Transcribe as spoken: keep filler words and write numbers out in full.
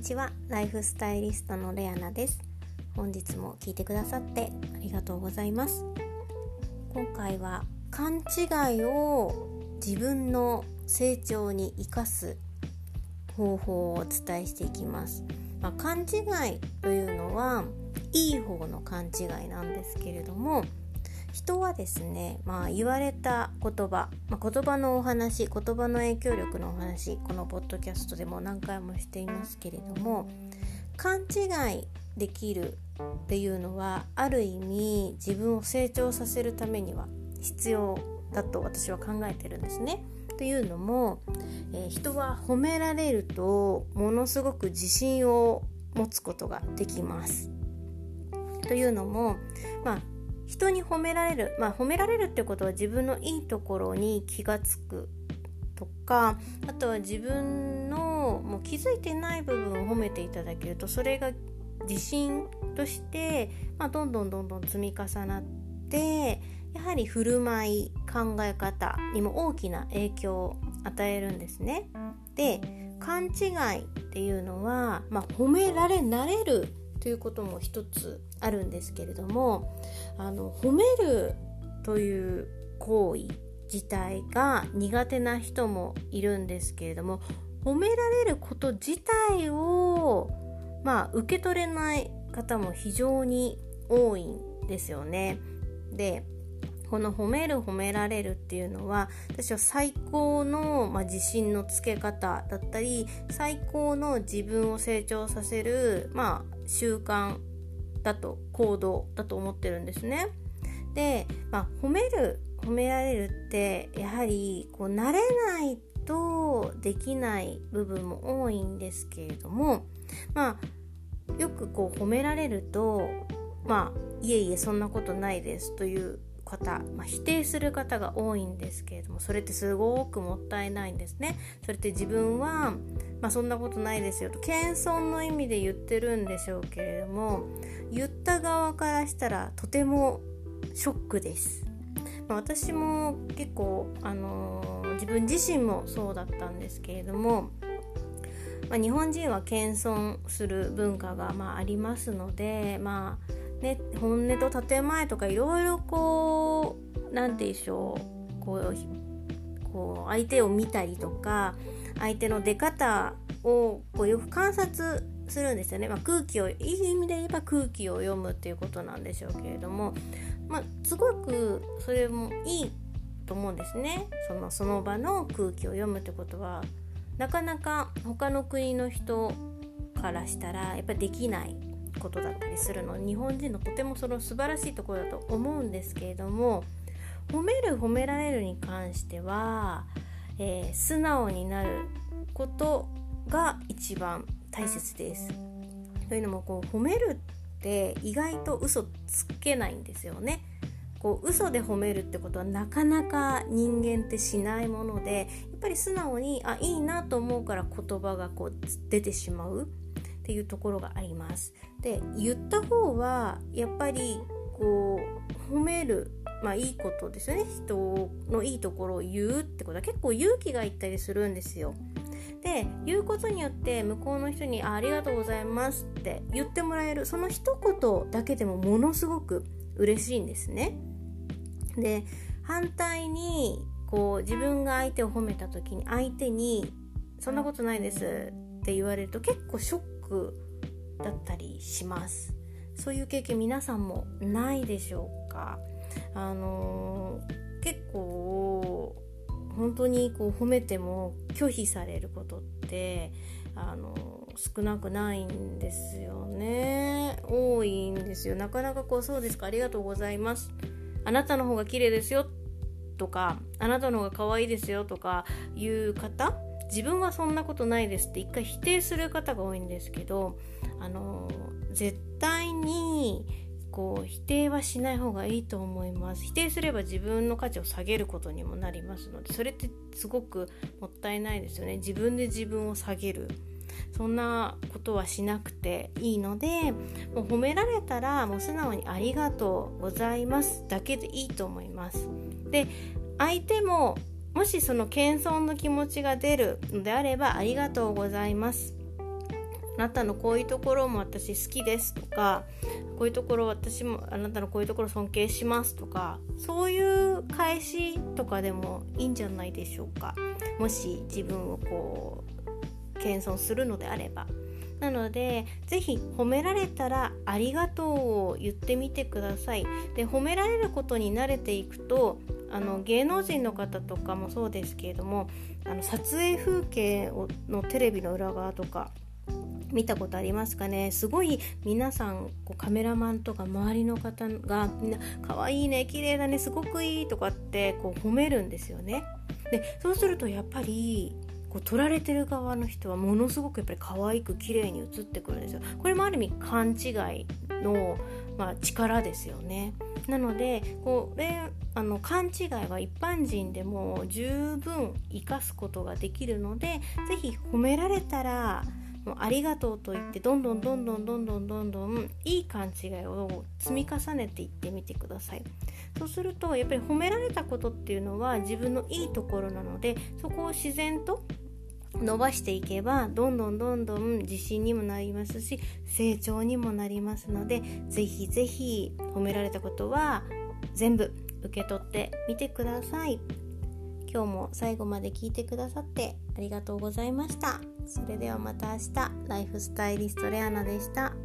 ちは。ライフスタイリストのレアナです。本日も聞いてくださってありがとうございます。今回は勘違いを自分の成長に生かす方法をお伝えしていきます。まあ、勘違いというのはいい方の勘違いなんですけれども、人はですね、まあ、言われた言葉、まあ、言葉のお話、言葉の影響力のお話、このポッドキャストでも何回もしていますけれども、勘違いできるっていうのはある意味自分を成長させるためには必要だと私は考えてるんですね。というのも、えー、人は褒められるとものすごく自信を持つことができます。というのも、まあ人に褒められる、まあ、褒められるってことは自分のいいところに気がつくとか、あとは自分のもう気づいてない部分を褒めていただけると、それが自信として、まあ、どんどんどんどん積み重なって、やはり振る舞い、考え方にも大きな影響を与えるんですね。で、勘違いっていうのは、まあ、褒められなれるということも一つあるんですけれども、あの褒めるという行為自体が苦手な人もいるんですけれども、褒められること自体を、まあ、受け取れない方も非常に多いんですよね。で、この褒める褒められるっていうのは、私は最高の、まあ、自信のつけ方だったり、最高の自分を成長させる、まあ、習慣だと、行動だと思ってるんですね。で、まあ、褒める褒められるってやはりこう慣れないとできない部分も多いんですけれども、まあ、よくこう褒められると、まあ、いえいえそんなことないですという方、まあ、否定する方が多いんですけれども、それってすごくもったいないんですね。それって自分は、まあ、そんなことないですよと謙遜の意味で言ってるんでしょうけれども、言った側からしたらとてもショックです。まあ、私も結構、あのー、自分自身もそうだったんですけれども、まあ、日本人は謙遜する文化が、まあ、ありますので、まあね、本音と建前とかいろいろこうなんて言うんでしょう、こう、こう相手を見たりとか、相手の出方をこうよく観察するんですよね。まあ、空気をいい意味で言えば空気を読むっていうことなんでしょうけれども、まあ、すごくそれもいいと思うんですね。その、その場の空気を読むってことはなかなか他の国の人からしたらやっぱりできないことだったりするの、日本人のとてもその素晴らしいところだと思うんですけれども、褒める褒められるに関しては、えー、素直になることが一番大切です。というのも、こう褒めるって意外と嘘つけないんですよね。こう嘘で褒めるってことはなかなか人間ってしないもので、やっぱり素直にあいいなと思うから言葉がこう出てしまうっていうところがあります。で、言った方はやっぱりこう褒める、まあいいことですよね。人のいいところを言うってことは結構勇気がいったりするんですよ。で、言うことによって向こうの人に あ, ありがとうございますって言ってもらえる、その一言だけでもものすごく嬉しいんですね。で、反対にこう自分が相手を褒めた時に相手にそんなことないですって言われると結構ショックだったりします。そういう経験皆さんもないでしょうか。あのー、結構本当にこう褒めても拒否されることってあのー、少なくないんですよね。多いんですよ。なかなかこう、そうですか、ありがとうございます、あなたの方が綺麗ですよとか、あなたの方が可愛いですよとかいう方、自分はそんなことないですって一回否定する方が多いんですけど、あの絶対にこう否定はしない方がいいと思います。否定すれば自分の価値を下げることにもなりますので、それってすごくもったいないですよね。自分で自分を下げる、そんなことはしなくていいので、もう褒められたらもう素直にありがとうございますだけでいいと思います。で、相手ももしその謙遜の気持ちが出るのであれば、ありがとうございます、 あなたのこういうところも私好きですとか、こういうところ私もあなたのこういうところ尊敬しますとか、そういう返しとかでもいいんじゃないでしょうか。もし自分をこう謙遜するのであれば。なのでぜひ褒められたらありがとうを言ってみてください。で、褒められることに慣れていくと、あの芸能人の方とかもそうですけれども、あの撮影風景をのテレビの裏側とか見たことありますかね。すごい皆さんこうカメラマンとか周りの方がみんな可愛いね、綺麗だね、すごくいいとかってこう褒めるんですよね。でそうするとやっぱりこう撮られてる側の人はものすごくやっぱり可愛く綺麗に映ってくるんですよ。これもある意味勘違いの、まあ、力ですよね。なのでこれあの勘違いは一般人でも十分生かすことができるので、ぜひ褒められたらもうありがとうと言ってどんどんどんどんどんどんどんどんいい勘違いを積み重ねていってみてください。そうするとやっぱり褒められたことっていうのは自分のいいところなので、そこを自然と伸ばしていけばどんどんどんどん自信にもなりますし、成長にもなりますので、ぜひぜひ褒められたことは全部受け取ってみてください。今日も最後まで聞いてくださってありがとうございました。それではまた明日。ライフスタイリストレアナでした。